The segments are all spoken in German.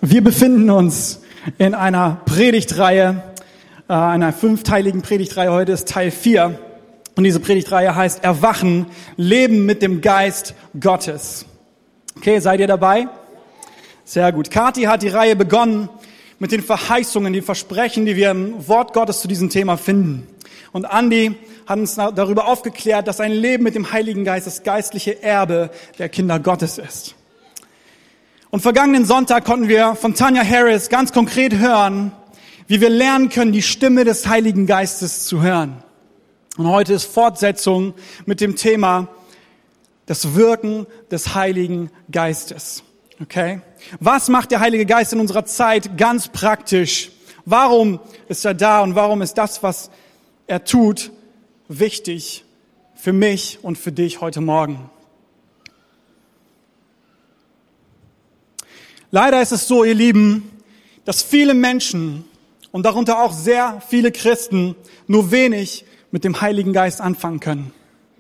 Wir befinden uns in einer Predigtreihe, einer 5-teiligen Predigtreihe. Heute ist Teil 4. Und diese Predigtreihe heißt Erwachen, Leben mit dem Geist Gottes. Okay, seid ihr dabei? Sehr gut. Kathi hat die Reihe begonnen mit den Verheißungen, die Versprechen, die wir im Wort Gottes zu diesem Thema finden. Und Andi hat uns darüber aufgeklärt, dass ein Leben mit dem Heiligen Geist das geistliche Erbe der Kinder Gottes ist. Und vergangenen Sonntag konnten wir von Tanya Harris ganz konkret hören, wie wir lernen können, die Stimme des Heiligen Geistes zu hören. Und heute ist Fortsetzung mit dem Thema das Wirken des Heiligen Geistes. Okay? Was macht der Heilige Geist in unserer Zeit ganz praktisch? Warum ist er da und warum ist das, was er tut, wichtig für mich und für dich heute Morgen? Leider ist es so, ihr Lieben, dass viele Menschen und darunter auch sehr viele Christen nur wenig mit dem Heiligen Geist anfangen können.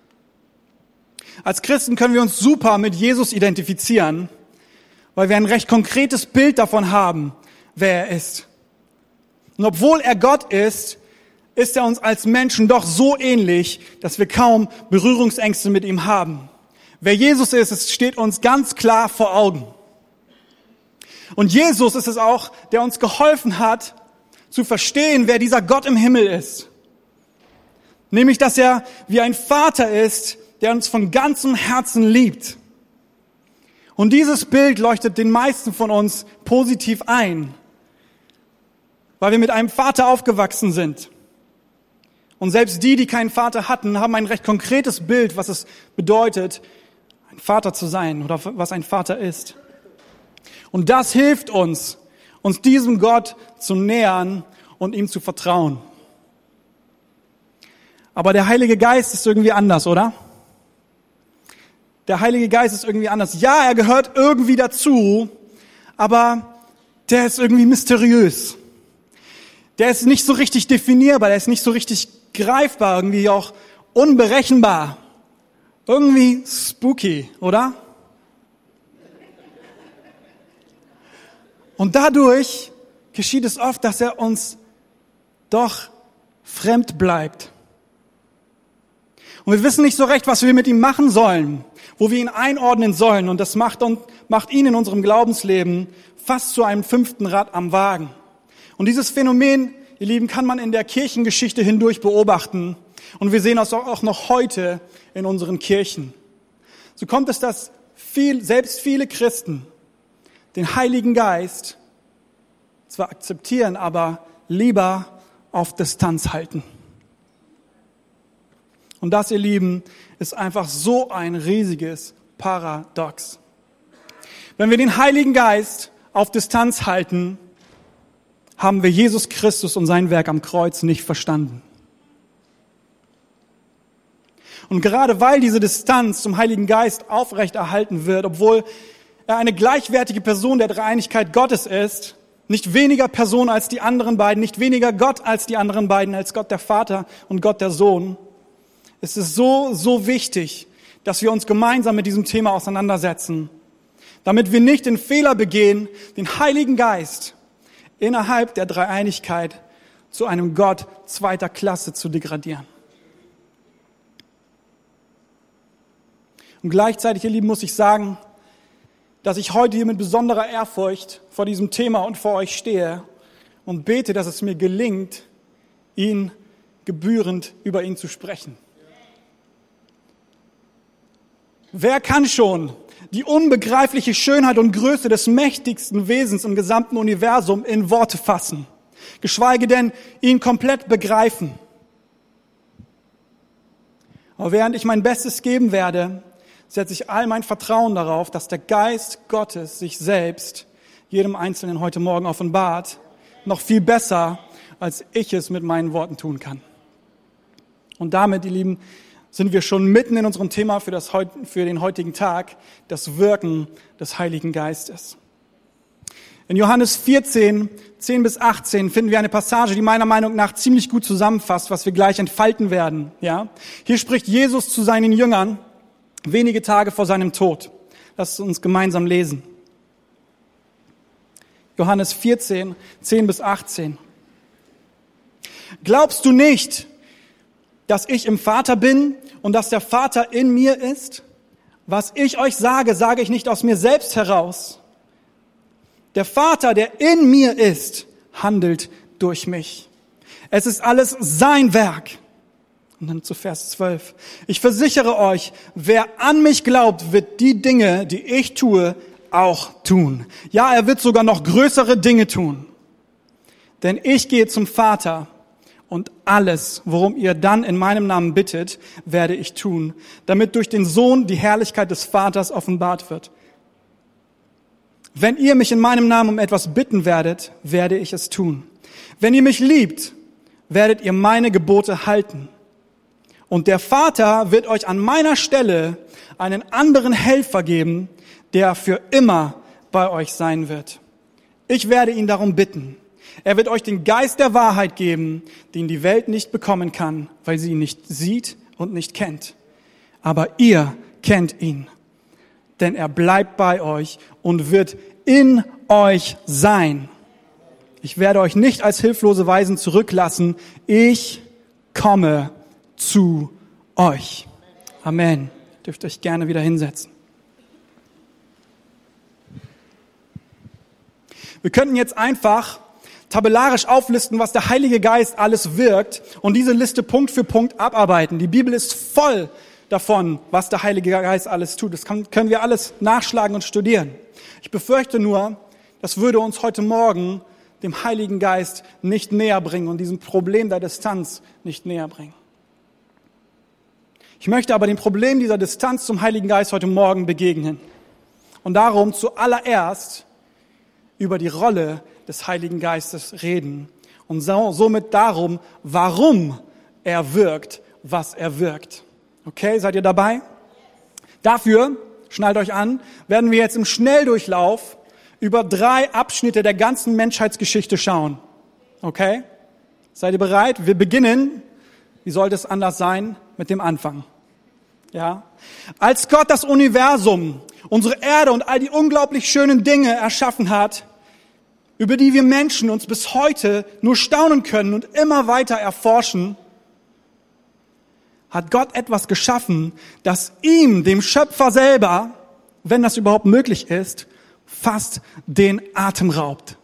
Als Christen können wir uns super mit Jesus identifizieren, weil wir ein recht konkretes Bild davon haben, wer er ist. Und obwohl er Gott ist, ist er uns als Menschen doch so ähnlich, dass wir kaum Berührungsängste mit ihm haben. Wer Jesus ist, es steht uns ganz klar vor Augen. Und Jesus ist es auch, der uns geholfen hat, zu verstehen, wer dieser Gott im Himmel ist. Nämlich, dass er wie ein Vater ist, der uns von ganzem Herzen liebt. Und dieses Bild leuchtet den meisten von uns positiv ein, weil wir mit einem Vater aufgewachsen sind. Und selbst die keinen Vater hatten, haben ein recht konkretes Bild, was es bedeutet, ein Vater zu sein oder was ein Vater ist. Und das hilft uns diesem Gott zu nähern und ihm zu vertrauen. Aber der Heilige Geist ist irgendwie anders, oder? Der Heilige Geist ist irgendwie anders. Ja, er gehört irgendwie dazu, aber der ist irgendwie mysteriös. Der ist nicht so richtig definierbar, der ist nicht so richtig greifbar, irgendwie auch unberechenbar. Irgendwie spooky, oder? Und dadurch geschieht es oft, dass er uns doch fremd bleibt. Und wir wissen nicht so recht, was wir mit ihm machen sollen, wo wir ihn einordnen sollen. Und das macht ihn in unserem Glaubensleben fast zu einem 5. Rad am Wagen. Und dieses Phänomen, ihr Lieben, kann man in der Kirchengeschichte hindurch beobachten. Und wir sehen das auch noch heute in unseren Kirchen. So kommt es, dass selbst viele Christen den Heiligen Geist zwar akzeptieren, aber lieber auf Distanz halten. Und das, ihr Lieben, ist einfach so ein riesiges Paradox. Wenn wir den Heiligen Geist auf Distanz halten, haben wir Jesus Christus und sein Werk am Kreuz nicht verstanden. Und gerade weil diese Distanz zum Heiligen Geist aufrechterhalten wird, obwohl er eine gleichwertige Person der Dreieinigkeit Gottes ist, nicht weniger Person als die anderen beiden, nicht weniger Gott als die anderen beiden, als Gott der Vater und Gott der Sohn, ist es so wichtig, dass wir uns gemeinsam mit diesem Thema auseinandersetzen, damit wir nicht den Fehler begehen, den Heiligen Geist innerhalb der Dreieinigkeit zu einem Gott zweiter Klasse zu degradieren. Und gleichzeitig, ihr Lieben, muss ich sagen, dass ich heute hier mit besonderer Ehrfurcht vor diesem Thema und vor euch stehe und bete, dass es mir gelingt, über ihn zu sprechen. Wer kann schon die unbegreifliche Schönheit und Größe des mächtigsten Wesens im gesamten Universum in Worte fassen, geschweige denn ihn komplett begreifen? Aber während ich mein Bestes geben werde, setze ich all mein Vertrauen darauf, dass der Geist Gottes sich selbst jedem Einzelnen heute Morgen offenbart, noch viel besser, als ich es mit meinen Worten tun kann. Und damit, ihr Lieben, sind wir schon mitten in unserem Thema für den heutigen Tag, das Wirken des Heiligen Geistes. In Johannes 14, 10-18 finden wir eine Passage, die meiner Meinung nach ziemlich gut zusammenfasst, was wir gleich entfalten werden. Ja? Hier spricht Jesus zu seinen Jüngern, wenige Tage vor seinem Tod. Lasst uns gemeinsam lesen. Johannes 14, 10-18. Glaubst du nicht, dass ich im Vater bin und dass der Vater in mir ist? Was ich euch sage, sage ich nicht aus mir selbst heraus. Der Vater, der in mir ist, handelt durch mich. Es ist alles sein Werk. Und dann zu Vers 12. Ich versichere euch, wer an mich glaubt, wird die Dinge, die ich tue, auch tun. Ja, er wird sogar noch größere Dinge tun. Denn ich gehe zum Vater und alles, worum ihr dann in meinem Namen bittet, werde ich tun, damit durch den Sohn die Herrlichkeit des Vaters offenbart wird. Wenn ihr mich in meinem Namen um etwas bitten werdet, werde ich es tun. Wenn ihr mich liebt, werdet ihr meine Gebote halten. Und der Vater wird euch an meiner Stelle einen anderen Helfer geben, der für immer bei euch sein wird. Ich werde ihn darum bitten. Er wird euch den Geist der Wahrheit geben, den die Welt nicht bekommen kann, weil sie ihn nicht sieht und nicht kennt. Aber ihr kennt ihn, denn er bleibt bei euch und wird in euch sein. Ich werde euch nicht als hilflose Waisen zurücklassen. Ich komme zu euch. Amen. Ihr dürft euch gerne wieder hinsetzen. Wir könnten jetzt einfach tabellarisch auflisten, was der Heilige Geist alles wirkt und diese Liste Punkt für Punkt abarbeiten. Die Bibel ist voll davon, was der Heilige Geist alles tut. Das können wir alles nachschlagen und studieren. Ich befürchte nur, das würde uns heute Morgen dem Heiligen Geist nicht näher bringen und diesem Problem der Distanz nicht näher bringen. Ich möchte aber dem Problem dieser Distanz zum Heiligen Geist heute Morgen begegnen und darum zuallererst über die Rolle des Heiligen Geistes reden und somit darum, warum er wirkt, was er wirkt. Okay, seid ihr dabei? Dafür, schnallt euch an, werden wir jetzt im Schnelldurchlauf über 3 Abschnitte der ganzen Menschheitsgeschichte schauen. Okay? Seid ihr bereit? Wir beginnen, wie sollte es anders sein, mit dem Anfang. Ja? Als Gott das Universum, unsere Erde und all die unglaublich schönen Dinge erschaffen hat, über die wir Menschen uns bis heute nur staunen können und immer weiter erforschen, hat Gott etwas geschaffen, das ihm, dem Schöpfer selber, wenn das überhaupt möglich ist, fast den Atem raubt.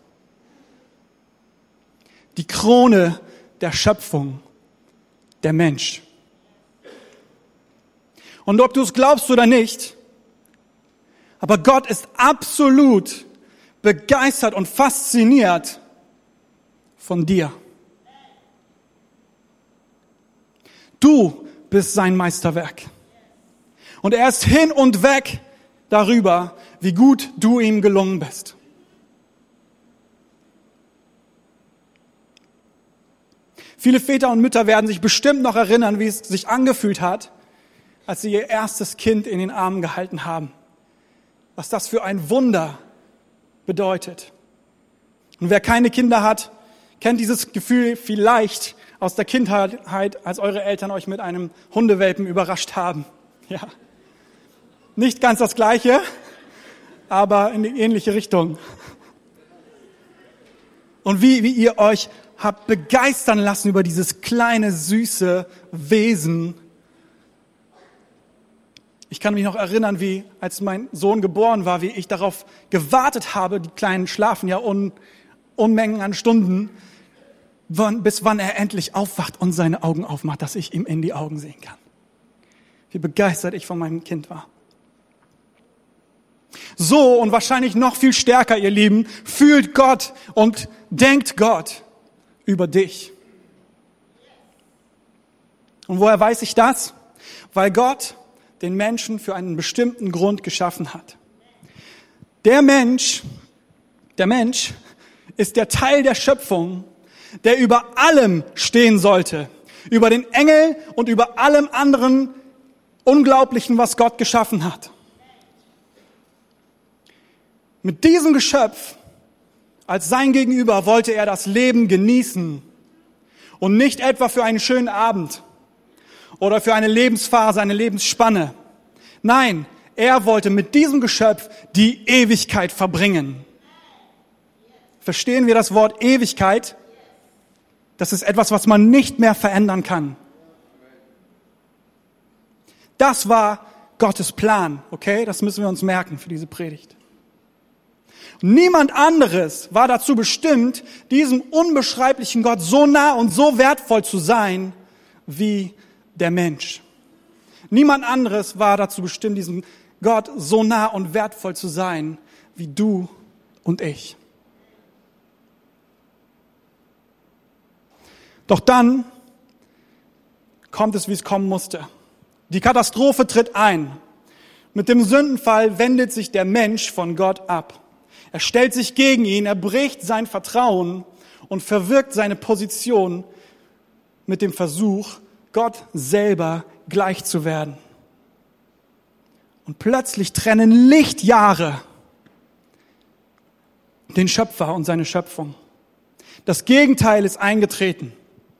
Die Krone der Schöpfung, der Mensch. Und ob du es glaubst oder nicht, aber Gott ist absolut begeistert und fasziniert von dir. Du bist sein Meisterwerk. Und er ist hin und weg darüber, wie gut du ihm gelungen bist. Viele Väter und Mütter werden sich bestimmt noch erinnern, wie es sich angefühlt hat, als sie ihr erstes Kind in den Armen gehalten haben. Was das für ein Wunder bedeutet. Und wer keine Kinder hat, kennt dieses Gefühl vielleicht aus der Kindheit, als eure Eltern euch mit einem Hundewelpen überrascht haben. Ja. Nicht ganz das Gleiche, aber in die ähnliche Richtung. Und wie ihr euch habt begeistern lassen über dieses kleine, süße Wesen. Ich kann mich noch erinnern, wie, als mein Sohn geboren war, wie ich darauf gewartet habe, die Kleinen schlafen ja Unmengen an Stunden, bis wann er endlich aufwacht und seine Augen aufmacht, dass ich ihm in die Augen sehen kann. Wie begeistert ich von meinem Kind war. So und wahrscheinlich noch viel stärker, ihr Lieben, fühlt Gott und denkt Gott über dich. Und woher weiß ich das? Weil Gott den Menschen für einen bestimmten Grund geschaffen hat. Der Mensch ist der Teil der Schöpfung, der über allem stehen sollte. Über den Engel und über allem anderen Unglaublichen, was Gott geschaffen hat. Mit diesem Geschöpf als sein Gegenüber wollte er das Leben genießen und nicht etwa für einen schönen Abend oder für eine Lebensphase, eine Lebensspanne. Nein, er wollte mit diesem Geschöpf die Ewigkeit verbringen. verstehen wir das Wort Ewigkeit. Das ist etwas, was man nicht mehr verändern kann. Das war Gottes Plan, okay? Das müssen wir uns merken für diese Predigt. Niemand anderes war dazu bestimmt, diesem unbeschreiblichen Gott so nah und so wertvoll zu sein wie der Mensch. Niemand anderes war dazu bestimmt, diesem Gott so nah und wertvoll zu sein wie du und ich. Doch dann kommt es, wie es kommen musste. Die Katastrophe tritt ein. Mit dem Sündenfall wendet sich der Mensch von Gott ab. Er stellt sich gegen ihn, er bricht sein Vertrauen und verwirkt seine Position mit dem Versuch, Gott selber gleich zu werden. Und plötzlich trennen Lichtjahre den Schöpfer und seine Schöpfung. Das Gegenteil ist eingetreten.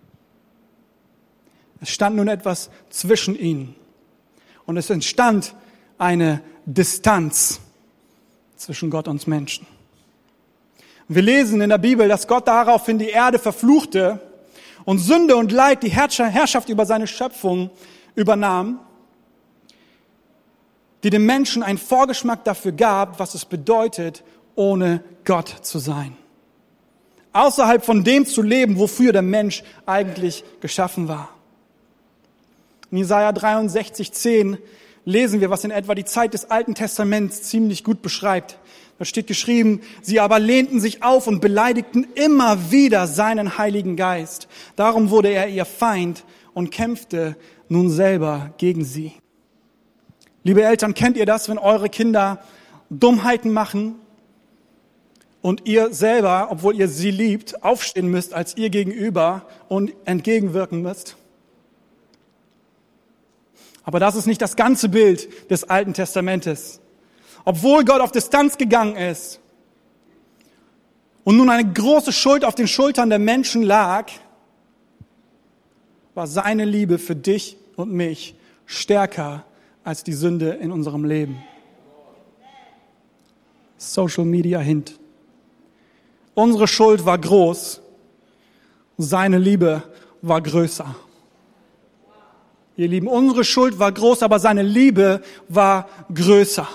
Es stand nun etwas zwischen ihnen. Und es entstand eine Distanz zwischen Gott und Menschen. Wir lesen in der Bibel, dass Gott daraufhin die Erde verfluchte und Sünde und Leid die Herrschaft über seine Schöpfung übernahm, die dem Menschen einen Vorgeschmack dafür gab, was es bedeutet, ohne Gott zu sein. Außerhalb von dem zu leben, wofür der Mensch eigentlich geschaffen war. In Jesaja 63,10 lesen wir, was in etwa die Zeit des Alten Testaments ziemlich gut beschreibt. Da steht geschrieben, sie aber lehnten sich auf und beleidigten immer wieder seinen Heiligen Geist. Darum wurde er ihr Feind und kämpfte nun selber gegen sie. Liebe Eltern, kennt ihr das, wenn eure Kinder Dummheiten machen und ihr selber, obwohl ihr sie liebt, aufstehen müsst als ihr Gegenüber und entgegenwirken müsst? Aber das ist nicht das ganze Bild des Alten Testamentes. Obwohl Gott auf Distanz gegangen ist und nun eine große Schuld auf den Schultern der Menschen lag, war seine Liebe für dich und mich stärker als die Sünde in unserem Leben. Social Media Hint. Unsere Schuld war groß, seine Liebe war größer. Ihr Lieben, unsere Schuld war groß, aber seine Liebe war größer.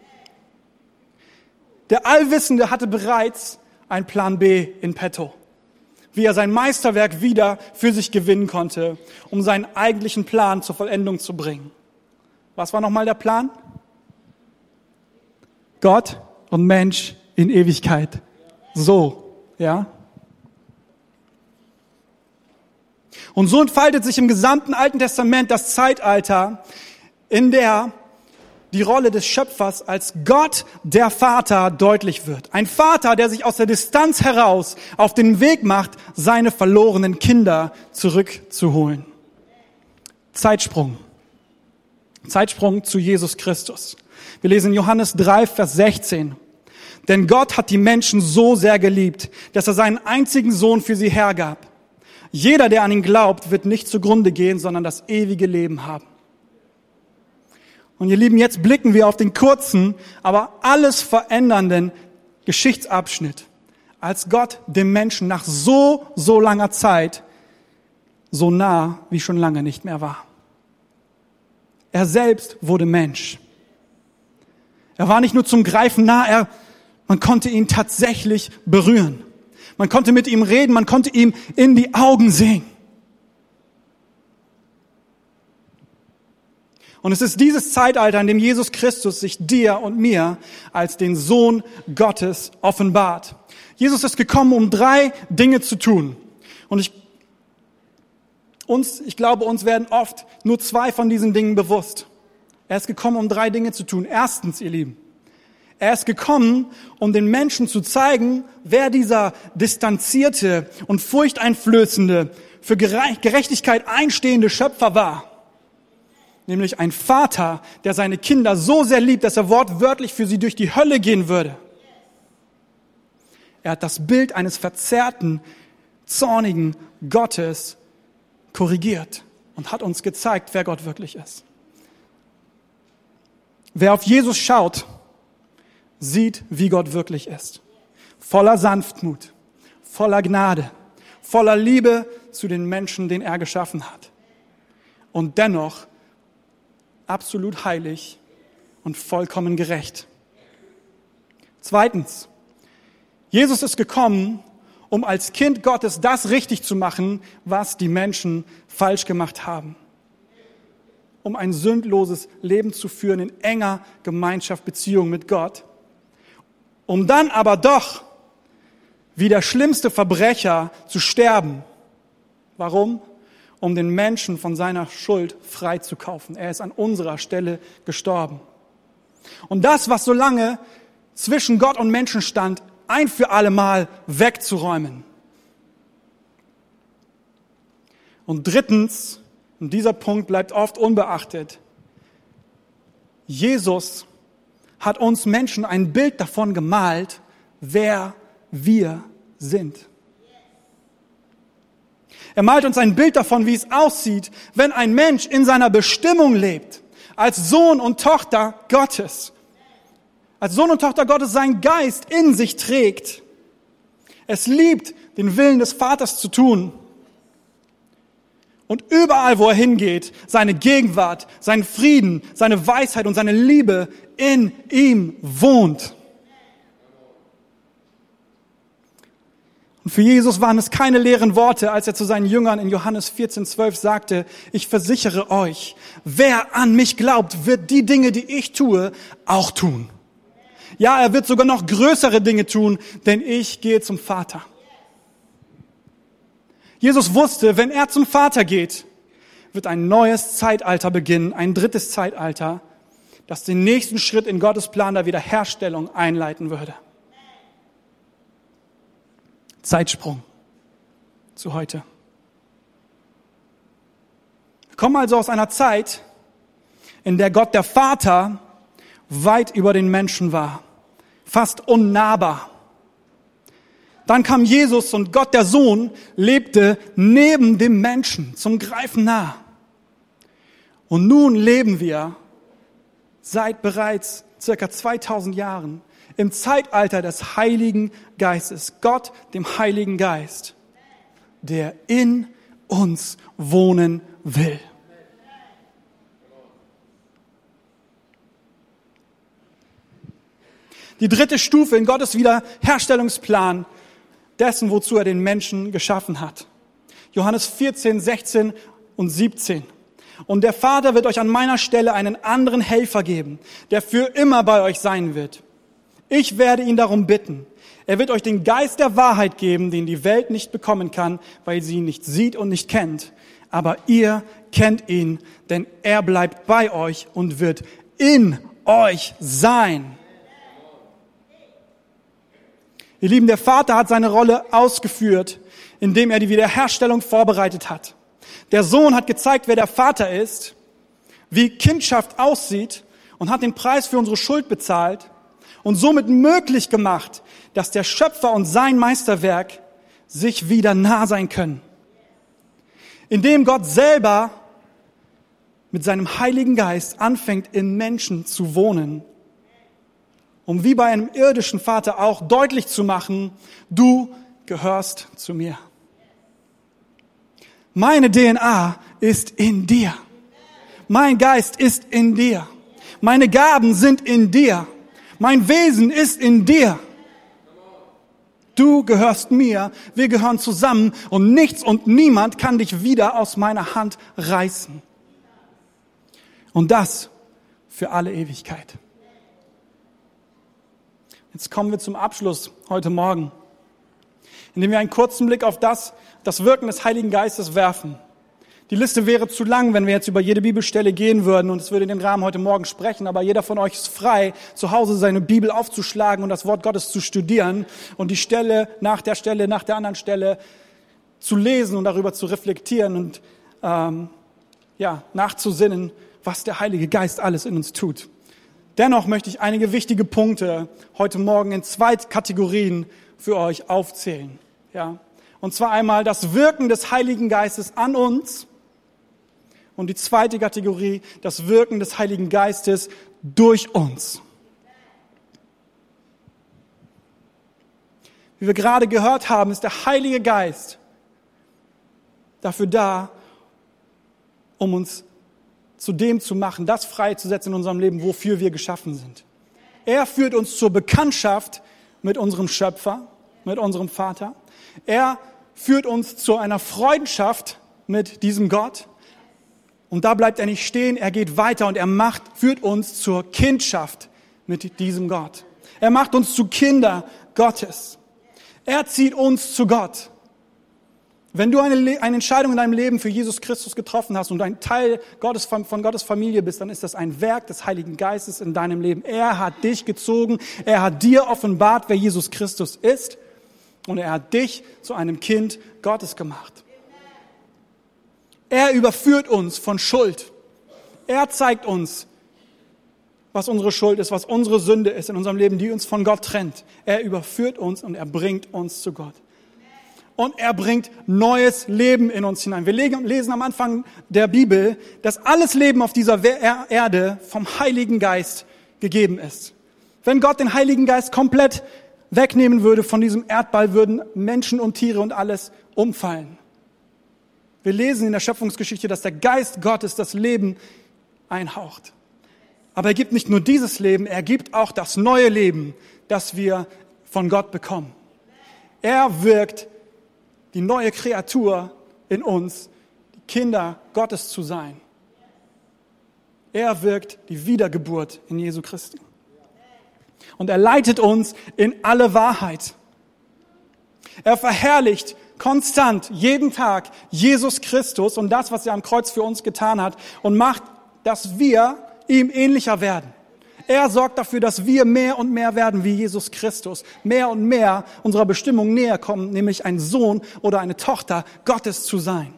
Der Allwissende hatte bereits einen Plan B in petto, wie er sein Meisterwerk wieder für sich gewinnen konnte, um seinen eigentlichen Plan zur Vollendung zu bringen. Was war nochmal der Plan? Gott und Mensch in Ewigkeit. So, ja? Und so entfaltet sich im gesamten Alten Testament das Zeitalter, in der die Rolle des Schöpfers als Gott, der Vater, deutlich wird. Ein Vater, der sich aus der Distanz heraus auf den Weg macht, seine verlorenen Kinder zurückzuholen. Zeitsprung zu Jesus Christus. Wir lesen in Johannes 3, Vers 16. Denn Gott hat die Menschen so sehr geliebt, dass er seinen einzigen Sohn für sie hergab. Jeder, der an ihn glaubt, wird nicht zugrunde gehen, sondern das ewige Leben haben. Und ihr Lieben, jetzt blicken wir auf den kurzen, aber alles verändernden Geschichtsabschnitt, als Gott dem Menschen nach so langer Zeit so nah wie schon lange nicht mehr war. Er selbst wurde Mensch. Er war nicht nur zum Greifen nah, man konnte ihn tatsächlich berühren. Man konnte mit ihm reden, man konnte ihm in die Augen sehen. Und es ist dieses Zeitalter, in dem Jesus Christus sich dir und mir als den Sohn Gottes offenbart. Jesus ist gekommen, um 3 Dinge zu tun. Und ich glaube, uns werden oft nur 2 von diesen Dingen bewusst. Er ist gekommen, um 3 Dinge zu tun. Erstens, ihr Lieben, er ist gekommen, um den Menschen zu zeigen, wer dieser distanzierte und furchteinflößende, für Gerechtigkeit einstehende Schöpfer war. Nämlich ein Vater, der seine Kinder so sehr liebt, dass er wortwörtlich für sie durch die Hölle gehen würde. Er hat das Bild eines verzerrten, zornigen Gottes korrigiert und hat uns gezeigt, wer Gott wirklich ist. Wer auf Jesus schaut, sieht, wie Gott wirklich ist. voller Sanftmut, voller Gnade, voller Liebe zu den Menschen, den er geschaffen hat. Und dennoch absolut heilig und vollkommen gerecht. Zweitens, Jesus ist gekommen, um als Kind Gottes das richtig zu machen, was die Menschen falsch gemacht haben. Um ein sündloses Leben zu führen in enger Gemeinschaft, Beziehung mit Gott. Um dann aber doch wie der schlimmste Verbrecher zu sterben. Warum? Um den Menschen von seiner Schuld freizukaufen. Er ist an unserer Stelle gestorben. Und das, was so lange zwischen Gott und Menschen stand, ein für alle Mal wegzuräumen. Und drittens, und dieser Punkt bleibt oft unbeachtet, Jesus hat uns Menschen ein Bild davon gemalt, wer wir sind. Er malt uns ein Bild davon, wie es aussieht, wenn ein Mensch in seiner Bestimmung lebt, als Sohn und Tochter Gottes. Als Sohn und Tochter Gottes seinen Geist in sich trägt. Es liebt, den Willen des Vaters zu tun. Und überall, wo er hingeht, seine Gegenwart, seinen Frieden, seine Weisheit und seine Liebe in ihm wohnt. Und für Jesus waren es keine leeren Worte, als er zu seinen Jüngern in Johannes 14,12 sagte, ich versichere euch, wer an mich glaubt, wird die Dinge, die ich tue, auch tun. Ja, er wird sogar noch größere Dinge tun, denn ich gehe zum Vater. Jesus wusste, wenn er zum Vater geht, wird ein neues Zeitalter beginnen, ein drittes Zeitalter, das den nächsten Schritt in Gottes Plan der Wiederherstellung einleiten würde. Zeitsprung zu heute. Wir kommen also aus einer Zeit, in der Gott der Vater weit über den Menschen war, fast unnahbar. Dann kam Jesus und Gott der Sohn lebte neben dem Menschen, zum Greifen nah. Und nun leben wir seit bereits circa 2000 Jahren im Zeitalter des Heiligen Geistes, Gott, dem Heiligen Geist, der in uns wohnen will. Die dritte Stufe in Gottes Wiederherstellungsplan dessen, wozu er den Menschen geschaffen hat. Johannes 14, 16 und 17. Und der Vater wird euch an meiner Stelle einen anderen Helfer geben, der für immer bei euch sein wird. Ich werde ihn darum bitten. Er wird euch den Geist der Wahrheit geben, den die Welt nicht bekommen kann, weil sie ihn nicht sieht und nicht kennt. Aber ihr kennt ihn, denn er bleibt bei euch und wird in euch sein. Ihr Lieben, der Vater hat seine Rolle ausgeführt, indem er die Wiederherstellung vorbereitet hat. Der Sohn hat gezeigt, wer der Vater ist, wie Kindschaft aussieht und hat den Preis für unsere Schuld bezahlt und somit möglich gemacht, dass der Schöpfer und sein Meisterwerk sich wieder nah sein können. Indem Gott selber mit seinem Heiligen Geist anfängt, in Menschen zu wohnen, um wie bei einem irdischen Vater auch deutlich zu machen, du gehörst zu mir. Meine DNA ist in dir. Mein Geist ist in dir. Meine Gaben sind in dir. Mein Wesen ist in dir. Du gehörst mir, wir gehören zusammen und nichts und niemand kann dich wieder aus meiner Hand reißen. Und das für alle Ewigkeit. Jetzt kommen wir zum Abschluss heute Morgen, indem wir einen kurzen Blick auf das Wirken des Heiligen Geistes werfen. Die Liste wäre zu lang, wenn wir jetzt über jede Bibelstelle gehen würden und es würde den Rahmen heute Morgen sprechen, aber jeder von euch ist frei, zu Hause seine Bibel aufzuschlagen und das Wort Gottes zu studieren und die Stelle nach der anderen Stelle zu lesen und darüber zu reflektieren und nachzusinnen, was der Heilige Geist alles in uns tut. Dennoch möchte ich einige wichtige Punkte heute Morgen in 2 Kategorien für euch aufzählen. Ja. Und zwar einmal das Wirken des Heiligen Geistes an uns und die zweite Kategorie, das Wirken des Heiligen Geistes durch uns. wie wir gerade gehört haben, ist der Heilige Geist dafür da, um uns zu dem zu machen, das freizusetzen in unserem Leben, wofür wir geschaffen sind. Er führt uns zur Bekanntschaft mit unserem Schöpfer, mit unserem Vater. Er führt uns zu einer Freundschaft mit diesem Gott. Und da bleibt er nicht stehen, er geht weiter und führt uns zur Kindschaft mit diesem Gott. Er macht uns zu Kinder Gottes. Er zieht uns zu Gott. Wenn du eine Entscheidung in deinem Leben für Jesus Christus getroffen hast und ein Teil von Gottes Familie bist, dann ist das ein Werk des Heiligen Geistes in deinem Leben. Er hat dich gezogen, er hat dir offenbart, wer Jesus Christus ist und er hat dich zu einem Kind Gottes gemacht. Er überführt uns von Schuld. Er zeigt uns, was unsere Schuld ist, was unsere Sünde ist in unserem Leben, die uns von Gott trennt. Er überführt uns und er bringt uns zu Gott. Und er bringt neues Leben in uns hinein. Wir lesen am Anfang der Bibel, dass alles Leben auf dieser Erde vom Heiligen Geist gegeben ist. Wenn Gott den Heiligen Geist komplett wegnehmen würde von diesem Erdball, würden Menschen und Tiere und alles umfallen. Wir lesen in der Schöpfungsgeschichte, dass der Geist Gottes das Leben einhaucht. Aber er gibt nicht nur dieses Leben, er gibt auch das neue Leben, das wir von Gott bekommen. Er wirkt die neue Kreatur in uns, die Kinder Gottes zu sein. Er wirkt die Wiedergeburt in Jesu Christi. Und er leitet uns in alle Wahrheit. Er verherrlicht konstant, jeden Tag, Jesus Christus und das, was er am Kreuz für uns getan hat und macht, dass wir ihm ähnlicher werden. Er sorgt dafür, dass wir mehr und mehr werden wie Jesus Christus, mehr und mehr unserer Bestimmung näher kommen, nämlich ein Sohn oder eine Tochter Gottes zu sein.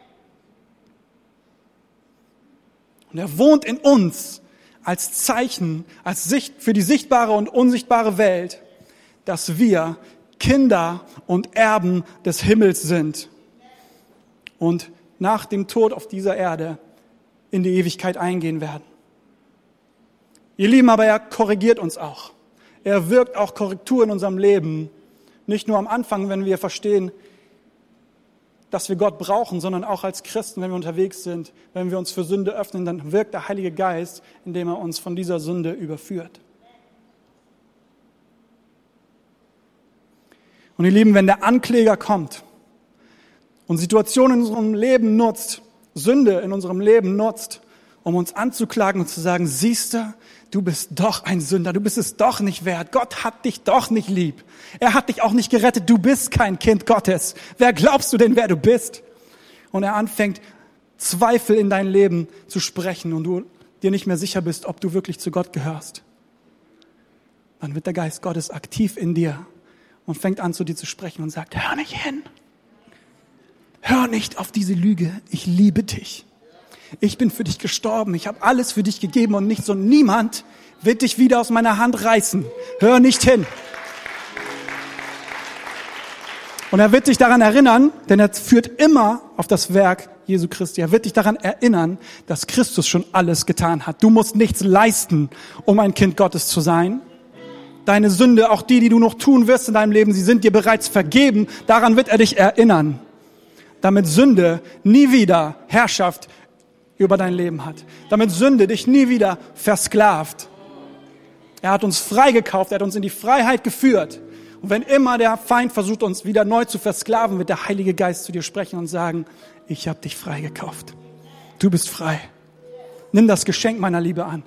Und er wohnt in uns als Zeichen, als Sicht für die sichtbare und unsichtbare Welt, dass wir Kinder und Erben des Himmels sind und nach dem Tod auf dieser Erde in die Ewigkeit eingehen werden. Ihr Lieben, aber er korrigiert uns auch. Er wirkt auch Korrektur in unserem Leben. Nicht nur am Anfang, wenn wir verstehen, dass wir Gott brauchen, sondern auch als Christen, wenn wir unterwegs sind, wenn wir uns für Sünde öffnen, dann wirkt der Heilige Geist, indem er uns von dieser Sünde überführt. Und ihr Lieben, wenn der Ankläger kommt und Situationen in unserem Leben nutzt, Sünde in unserem Leben nutzt, um uns anzuklagen und zu sagen, siehste, du bist doch ein Sünder, du bist es doch nicht wert, Gott hat dich doch nicht lieb. Er hat dich auch nicht gerettet, du bist kein Kind Gottes. Wer glaubst du denn, wer du bist? Und er anfängt, Zweifel in dein Leben zu sprechen und du dir nicht mehr sicher bist, ob du wirklich zu Gott gehörst. Dann wird der Geist Gottes aktiv in dir und fängt an, zu dir zu sprechen und sagt, hör nicht hin. Hör nicht auf diese Lüge, ich liebe dich. Ich bin für dich gestorben, ich habe alles für dich gegeben und nichts und niemand wird dich wieder aus meiner Hand reißen. Hör nicht hin. Und er wird dich daran erinnern, denn er führt immer auf das Werk Jesu Christi. Er wird dich daran erinnern, dass Christus schon alles getan hat. Du musst nichts leisten, um ein Kind Gottes zu sein. Deine Sünde, auch die du noch tun wirst in deinem Leben, sie sind dir bereits vergeben. Daran wird er dich erinnern, damit Sünde nie wieder Herrschaft über dein Leben hat. Damit Sünde dich nie wieder versklavt. Er hat uns freigekauft, er hat uns in die Freiheit geführt. Und wenn immer der Feind versucht, uns wieder neu zu versklaven, wird der Heilige Geist zu dir sprechen und sagen, ich habe dich freigekauft. Du bist frei. Nimm das Geschenk meiner Liebe an.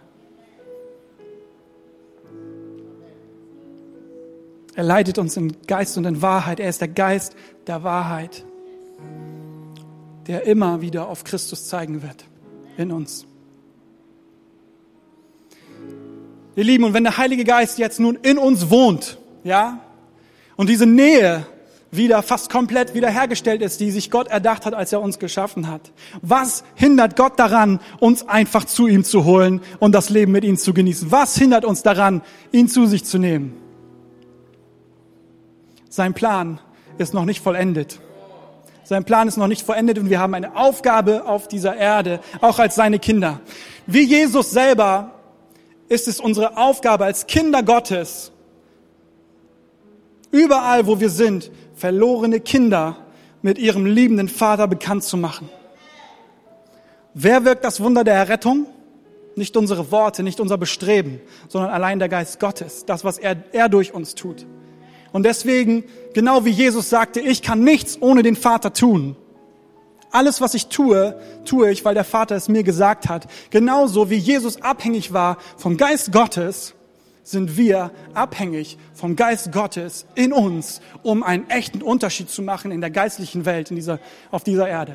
Er leitet uns in Geist und in Wahrheit. Er ist der Geist der Wahrheit, der immer wieder auf Christus zeigen wird in uns. Ihr Lieben, und wenn der Heilige Geist jetzt nun in uns wohnt, ja, und diese Nähe wieder fast komplett wiederhergestellt ist, die sich Gott erdacht hat, als er uns geschaffen hat. Was hindert Gott daran, uns einfach zu ihm zu holen und das Leben mit ihm zu genießen? Was hindert uns daran, ihn zu sich zu nehmen? Sein Plan ist noch nicht vollendet. Sein Plan ist noch nicht vollendet und wir haben eine Aufgabe auf dieser Erde, auch als seine Kinder. Wie Jesus selber ist es unsere Aufgabe als Kinder Gottes, überall, wo wir sind, verlorene Kinder mit ihrem liebenden Vater bekannt zu machen. Wer wirkt das Wunder der Errettung? Nicht unsere Worte, nicht unser Bestreben, sondern allein der Geist Gottes, das, was er durch uns tut. Und deswegen, genau wie Jesus sagte, ich kann nichts ohne den Vater tun. Alles, was ich tue, tue ich, weil der Vater es mir gesagt hat. Genauso wie Jesus abhängig war vom Geist Gottes, sind wir abhängig vom Geist Gottes in uns, um einen echten Unterschied zu machen in der geistlichen Welt, auf dieser Erde.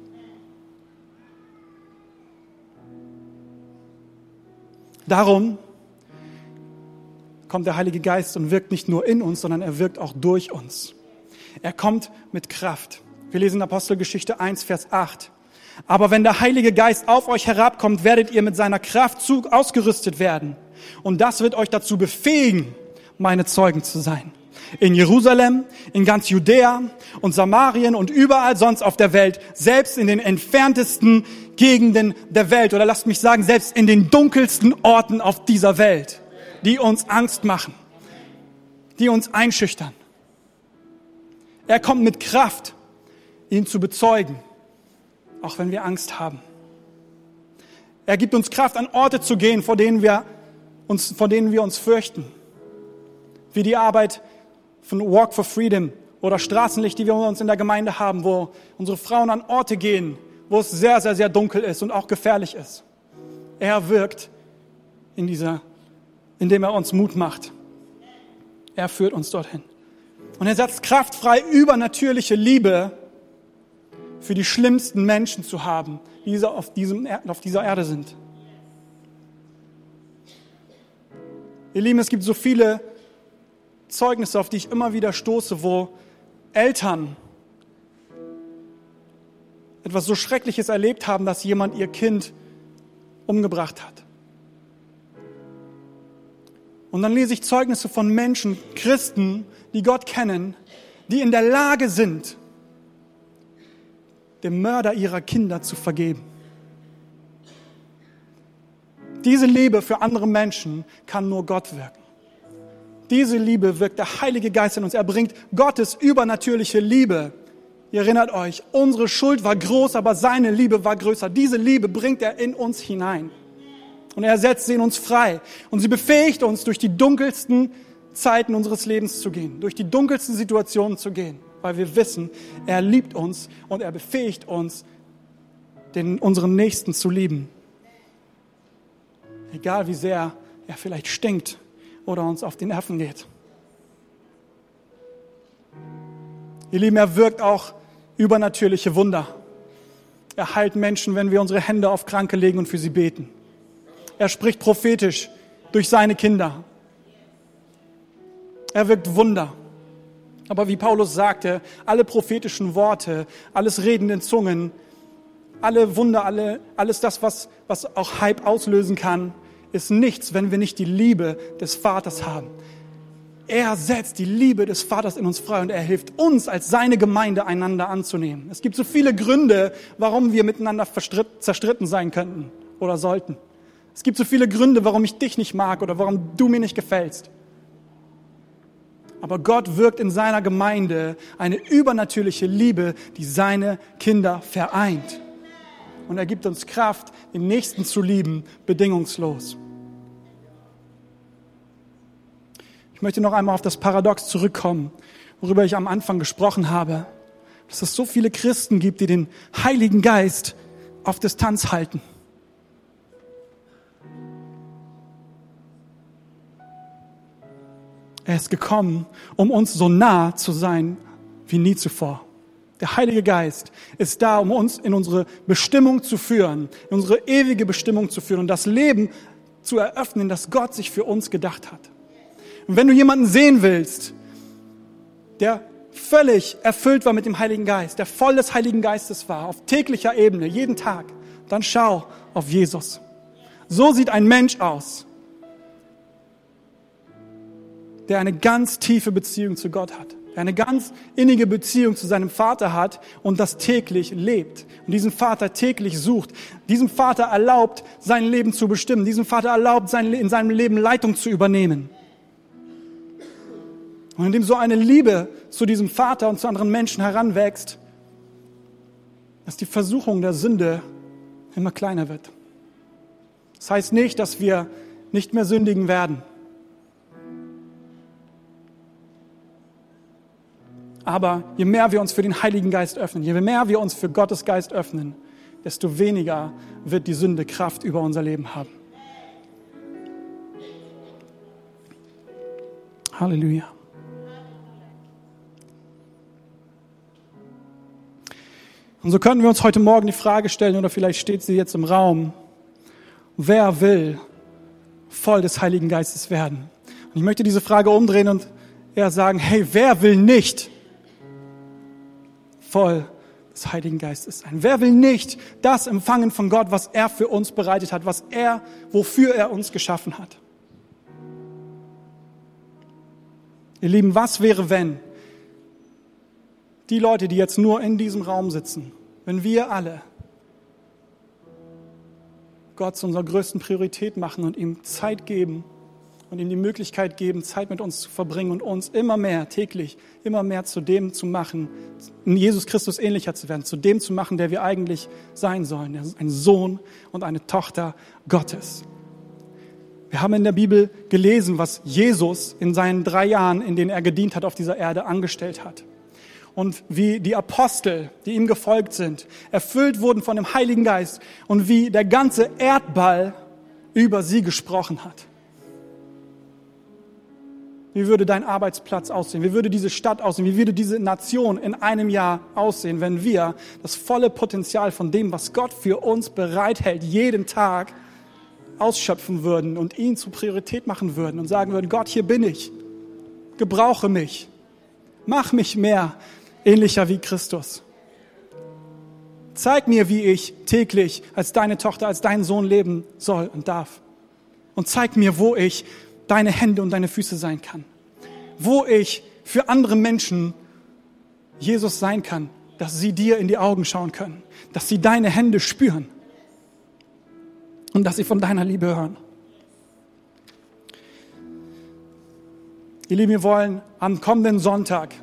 Darum kommt der Heilige Geist und wirkt nicht nur in uns, sondern er wirkt auch durch uns. Er kommt mit Kraft. Wir lesen in Apostelgeschichte 1, Vers 8. Aber wenn der Heilige Geist auf euch herabkommt, werdet ihr mit seiner Kraft ausgerüstet werden. Und das wird euch dazu befähigen, meine Zeugen zu sein. In Jerusalem, in ganz Judäa und Samarien und überall sonst auf der Welt, selbst in den entferntesten Gegenden der Welt, oder lasst mich sagen, selbst in den dunkelsten Orten auf dieser Welt, die uns Angst machen, die uns einschüchtern. Er kommt mit Kraft, ihn zu bezeugen, auch wenn wir Angst haben. Er gibt uns Kraft, an Orte zu gehen, vor denen wir uns fürchten. Wie die Arbeit von Walk for Freedom oder Straßenlicht, die wir uns in der Gemeinde haben, wo unsere Frauen an Orte gehen, wo es sehr, sehr, sehr dunkel ist und auch gefährlich ist. Er wirkt indem er uns Mut macht. Er führt uns dorthin. Und er setzt kraftfrei übernatürliche Liebe für die schlimmsten Menschen zu haben, die auf dieser Erde sind. Ihr Lieben, es gibt so viele Zeugnisse, auf die ich immer wieder stoße, wo Eltern etwas so Schreckliches erlebt haben, dass jemand ihr Kind umgebracht hat. Und dann lese ich Zeugnisse von Menschen, Christen, die Gott kennen, die in der Lage sind, dem Mörder ihrer Kinder zu vergeben. Diese Liebe für andere Menschen kann nur Gott wirken. Diese Liebe wirkt der Heilige Geist in uns. Er bringt Gottes übernatürliche Liebe. Ihr erinnert euch, unsere Schuld war groß, aber seine Liebe war größer. Diese Liebe bringt er in uns hinein. Und er setzt sie in uns frei. Und sie befähigt uns, durch die dunkelsten Zeiten unseres Lebens zu gehen, durch die dunkelsten Situationen zu gehen, weil wir wissen, er liebt uns und er befähigt uns, unseren Nächsten zu lieben. Egal wie sehr er vielleicht stinkt oder uns auf die Nerven geht. Ihr Lieben, er wirkt auch übernatürliche Wunder. Er heilt Menschen, wenn wir unsere Hände auf Kranke legen und für sie beten. Er spricht prophetisch durch seine Kinder. Er wirkt Wunder. Aber wie Paulus sagte, alle prophetischen Worte, alles Reden in Zungen, alle Wunder, alles das, was auch Hype auslösen kann, ist nichts, wenn wir nicht die Liebe des Vaters haben. Er setzt die Liebe des Vaters in uns frei und er hilft uns, als seine Gemeinde einander anzunehmen. Es gibt so viele Gründe, warum wir miteinander zerstritten sein könnten oder sollten. Es gibt so viele Gründe, warum ich dich nicht mag oder warum du mir nicht gefällst. Aber Gott wirkt in seiner Gemeinde eine übernatürliche Liebe, die seine Kinder vereint. Und er gibt uns Kraft, den Nächsten zu lieben, bedingungslos. Ich möchte noch einmal auf das Paradox zurückkommen, worüber ich am Anfang gesprochen habe. Dass es so viele Christen gibt, die den Heiligen Geist auf Distanz halten. Er ist gekommen, um uns so nah zu sein wie nie zuvor. Der Heilige Geist ist da, um uns in unsere Bestimmung zu führen, in unsere ewige Bestimmung zu führen und das Leben zu eröffnen, das Gott sich für uns gedacht hat. Und wenn du jemanden sehen willst, der völlig erfüllt war mit dem Heiligen Geist, der voll des Heiligen Geistes war, auf täglicher Ebene, jeden Tag, dann schau auf Jesus. So sieht ein Mensch aus, der eine ganz tiefe Beziehung zu Gott hat, der eine ganz innige Beziehung zu seinem Vater hat und das täglich lebt und diesen Vater täglich sucht. Diesem Vater erlaubt, sein Leben zu bestimmen. Diesem Vater erlaubt, in seinem Leben Leitung zu übernehmen. Und indem so eine Liebe zu diesem Vater und zu anderen Menschen heranwächst, dass die Versuchung der Sünde immer kleiner wird. Das heißt nicht, dass wir nicht mehr sündigen werden. Aber je mehr wir uns für den Heiligen Geist öffnen, je mehr wir uns für Gottes Geist öffnen, desto weniger wird die Sünde Kraft über unser Leben haben. Halleluja. Und so könnten wir uns heute Morgen die Frage stellen, oder vielleicht steht sie jetzt im Raum: Wer will voll des Heiligen Geistes werden? Und ich möchte diese Frage umdrehen und eher sagen: Hey, wer will nicht voll des Heiligen Geistes sein? Wer will nicht das empfangen von Gott, was er für uns bereitet hat, wofür er uns geschaffen hat? Ihr Lieben, was wäre, wenn die Leute, die jetzt nur in diesem Raum sitzen, wenn wir alle Gott zu unserer größten Priorität machen und ihm Zeit geben und ihm die Möglichkeit geben, Zeit mit uns zu verbringen und uns immer mehr, täglich, immer mehr zu dem zu machen, in Jesus Christus ähnlicher zu werden, zu dem zu machen, der wir eigentlich sein sollen, ein Sohn und eine Tochter Gottes. Wir haben in der Bibel gelesen, was Jesus in seinen 3 Jahren, in denen er gedient hat, auf dieser Erde angestellt hat. Und wie die Apostel, die ihm gefolgt sind, erfüllt wurden von dem Heiligen Geist und wie der ganze Erdball über sie gesprochen hat. Wie würde dein Arbeitsplatz aussehen? Wie würde diese Stadt aussehen? Wie würde diese Nation in einem Jahr aussehen, wenn wir das volle Potenzial von dem, was Gott für uns bereithält, jeden Tag ausschöpfen würden und ihn zur Priorität machen würden und sagen würden: Gott, hier bin ich, gebrauche mich, mach mich mehr ähnlicher wie Christus. Zeig mir, wie ich täglich als deine Tochter, als dein Sohn leben soll und darf. Und zeig mir, wo ich deine Hände und deine Füße sein kann. Wo ich für andere Menschen Jesus sein kann, dass sie dir in die Augen schauen können, dass sie deine Hände spüren und dass sie von deiner Liebe hören. Ihr Lieben, wir wollen am kommenden Sonntag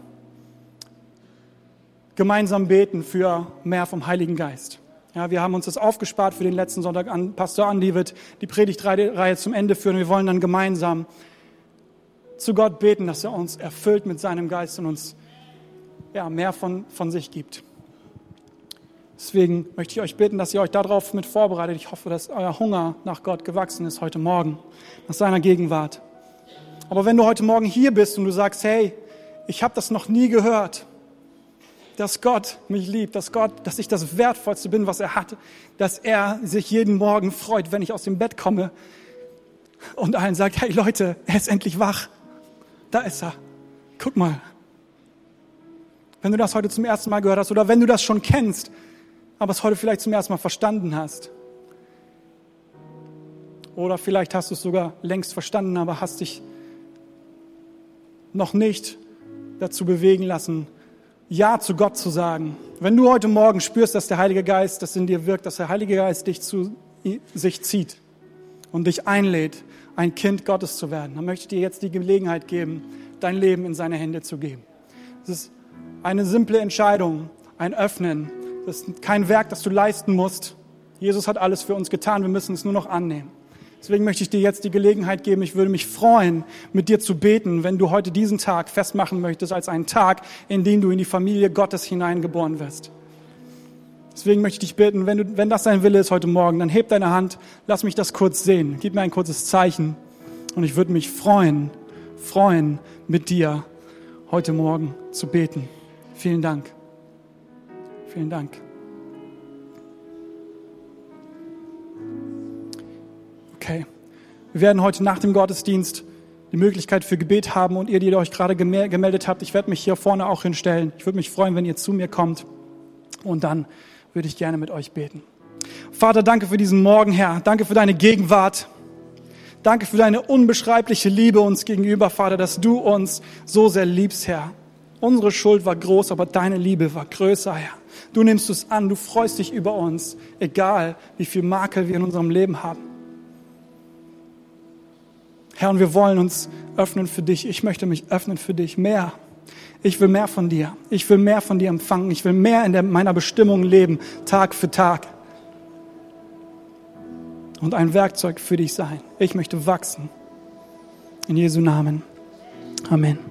gemeinsam beten für mehr vom Heiligen Geist. Ja, wir haben uns das aufgespart für den letzten Sonntag. Pastor Andi wird die Predigtreihe zum Ende führen. Wir wollen dann gemeinsam zu Gott beten, dass er uns erfüllt mit seinem Geist und uns mehr von sich gibt. Deswegen möchte ich euch bitten, dass ihr euch darauf mit vorbereitet. Ich hoffe, dass euer Hunger nach Gott gewachsen ist heute Morgen, nach seiner Gegenwart. Aber wenn du heute Morgen hier bist und du sagst: Hey, ich habe das noch nie gehört, dass Gott mich liebt, dass ich das Wertvollste bin, was er hat, dass er sich jeden Morgen freut, wenn ich aus dem Bett komme und allen sagt: Hey Leute, er ist endlich wach. Da ist er. Guck mal. Wenn du das heute zum ersten Mal gehört hast oder wenn du das schon kennst, aber es heute vielleicht zum ersten Mal verstanden hast. Oder vielleicht hast du es sogar längst verstanden, aber hast dich noch nicht dazu bewegen lassen, Ja zu Gott zu sagen. Wenn du heute Morgen spürst, dass der Heilige Geist, das in dir wirkt, dass der Heilige Geist dich zu sich zieht und dich einlädt, ein Kind Gottes zu werden, dann möchte ich dir jetzt die Gelegenheit geben, dein Leben in seine Hände zu geben. Es ist eine simple Entscheidung, ein Öffnen. Das ist kein Werk, das du leisten musst. Jesus hat alles für uns getan, wir müssen es nur noch annehmen. Deswegen möchte ich dir jetzt die Gelegenheit geben, ich würde mich freuen, mit dir zu beten, wenn du heute diesen Tag festmachen möchtest als einen Tag, in den du in die Familie Gottes hineingeboren wirst. Deswegen möchte ich dich bitten, wenn das dein Wille ist heute Morgen, dann heb deine Hand, lass mich das kurz sehen, gib mir ein kurzes Zeichen und ich würde mich freuen, mit dir heute Morgen zu beten. Vielen Dank. Vielen Dank. Okay, wir werden heute nach dem Gottesdienst die Möglichkeit für Gebet haben und ihr, die euch gerade gemeldet habt, ich werde mich hier vorne auch hinstellen. Ich würde mich freuen, wenn ihr zu mir kommt und dann würde ich gerne mit euch beten. Vater, danke für diesen Morgen, Herr. Danke für deine Gegenwart. Danke für deine unbeschreibliche Liebe uns gegenüber, Vater, dass du uns so sehr liebst, Herr. Unsere Schuld war groß, aber deine Liebe war größer, Herr. Du nimmst es an, du freust dich über uns, egal wie viel Makel wir in unserem Leben haben. Herr, und wir wollen uns öffnen für dich. Ich möchte mich öffnen für dich mehr. Ich will mehr von dir. Ich will mehr von dir empfangen. Ich will mehr in meiner Bestimmung leben, Tag für Tag. Und ein Werkzeug für dich sein. Ich möchte wachsen. In Jesu Namen. Amen.